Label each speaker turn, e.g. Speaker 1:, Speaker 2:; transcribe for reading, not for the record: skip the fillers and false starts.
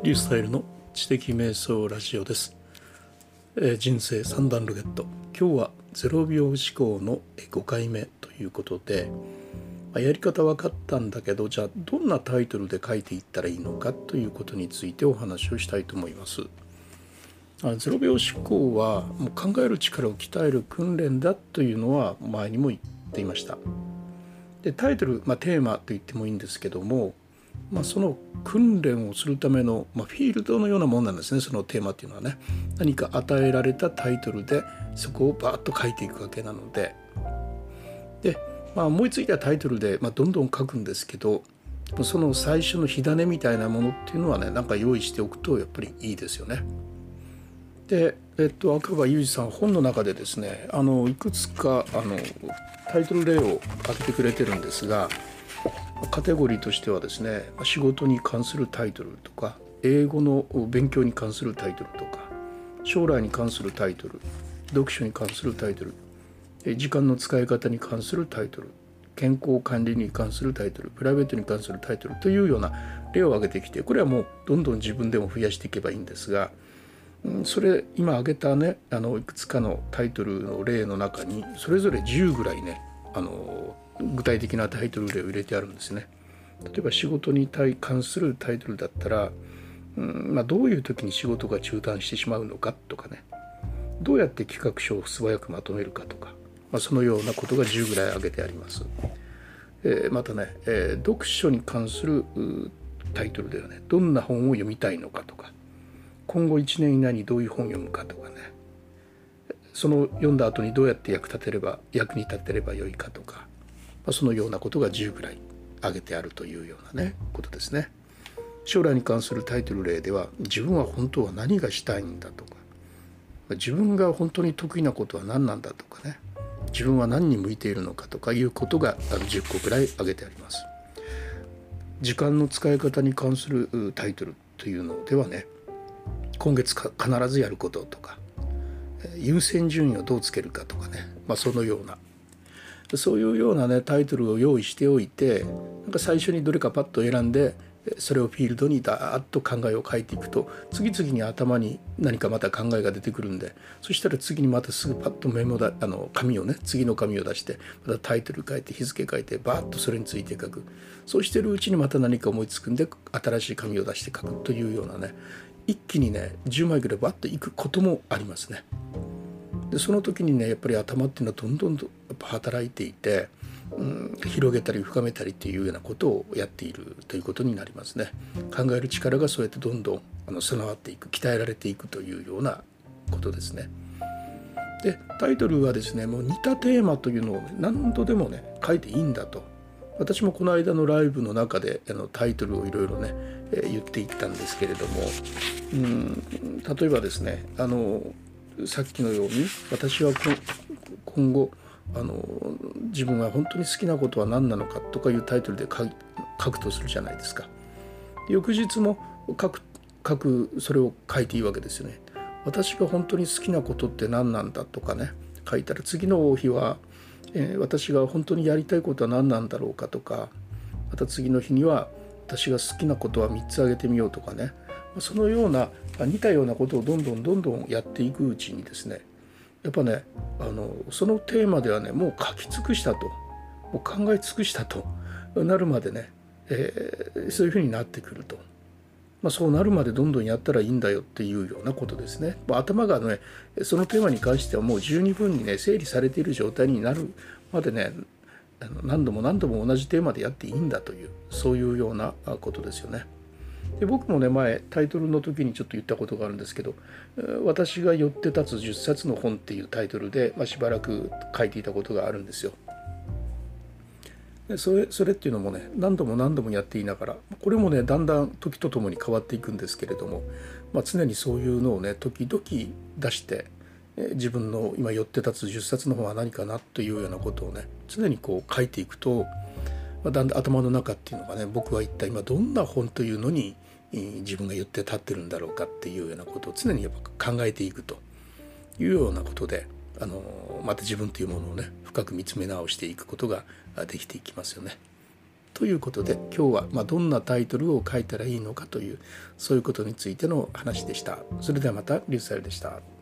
Speaker 1: リュースタイルの知的瞑想ラジオです。人生三段ロケット、今日は0秒思考の5回目ということで、やり方分かったんだけど、じゃあどんなタイトルで書いていったらいいのかということについてお話をしたいと思います。0秒思考はもう考える力を鍛える訓練だというのは前にも言っていました。でタイトル、テーマと言ってもいいんですけども、その訓練をするための、フィールドのようなものなんですね。そのテーマっていうのはね、何か与えられたタイトルでそこをバーッと書いていくわけなので、思いついたタイトルで、どんどん書くんですけど、その最初の火種みたいなものっていうのはね、なんか用意しておくとやっぱりいいですよね。で、赤羽裕二さん本の中でですね、いくつかタイトル例を挙げてくれてるんですが、カテゴリーとしてはですね、仕事に関するタイトルとか、英語の勉強に関するタイトルとか、将来に関するタイトル、読書に関するタイトル、時間の使い方に関するタイトル、健康管理に関するタイトル、プライベートに関するタイトルというような例を挙げてきて、これはもうどんどん自分でも増やしていけばいいんですが、それ今挙げたね、いくつかのタイトルの例の中にそれぞれ10ぐらいね、具体的なタイトル例を入れてあるんですね。例えば仕事に関するタイトルだったら、どういう時に仕事が中断してしまうのかとかね、どうやって企画書を素早くまとめるかとか、そのようなことが10ぐらい挙げてあります。またね、読書に関するタイトルではね、どんな本を読みたいのかとか、今後1年以内にどういう本を読むかとかね、その読んだ後にどうやって役に立てればよいかとか、そのようなことが10ぐらい挙げてあるというようなねことですね。将来に関するタイトル例では、自分は本当は何がしたいんだとか、自分が本当に得意なことは何なんだとかね、自分は何に向いているのかとかいうことが10個ぐらい挙げてあります。時間の使い方に関するタイトルというのではね、今月必ずやることとか、優先順位をどうつけるかとかね、そのようなそういうようなねタイトルを用意しておいて、なんか最初にどれかパッと選んで、それをフィールドにダーッと考えを書いていくと、次々に頭に何かまた考えが出てくるんで、そしたら次にまたすぐパッと紙をね、次の紙を出して、またタイトル書いて日付書いてバーッとそれについて書く。そうしてるうちにまた何か思いつくんで、新しい紙を出して書くというようなね、一気にね10枚ぐらいバッといくこともありますね。でその時にね、やっぱり頭っていうのはどんどんやっぱ働いていて、広げたり深めたりっていうようなことをやっているということになりますね。考える力がそうやってどんどん備わっていく、鍛えられていくというようなことですね。でタイトルはですね、もう似たテーマというのを何度でもね書いていいんだと。私もこの間のライブの中でタイトルをいろいろね、言っていったんですけれども、例えばですね、さっきのように、私は今後自分が本当に好きなことは何なのかとかいうタイトルで書くとするじゃないですか。翌日もそれを書いていいわけですよね。私が本当に好きなことって何なんだとかね、書いたら次の日は、私が本当にやりたいことは何なんだろうかとか、また次の日には私が好きなことは3つ挙げてみようとかね、そのような似たようなことをどんどんやっていくうちにですね、やっぱねそのテーマではね、もう書き尽くしたと、もう考え尽くしたとなるまでね、そういうふうになってくると、そうなるまでどんどんやったらいいんだよっていうようなことですね。頭がねそのテーマに関してはもう十二分にね整理されている状態になるまでね、何度も同じテーマでやっていいんだという、そういうようなことですよね。で僕もね前タイトルの時にちょっと言ったことがあるんですけど、私が寄って立つ10冊の本っていうタイトルで、しばらく書いていたことがあるんですよ。でそれっていうのもね何度もやっていながら、これもねだんだん時とともに変わっていくんですけれども、常にそういうのをね時々出して、自分の今寄って立つ10冊の本は何かなというようなことをね常にこう書いていくと、だんだん頭の中っていうのがね、僕は一体今どんな本というのに自分が言って立ってるんだろうかっていうようなことを常にやっぱ考えていくというようなことで、また自分というものをね深く見つめ直していくことができていきますよね。 ということで今日はどんなタイトルを書いたらいいのかというそういうことについての話でした。それではまたリュウサルでした。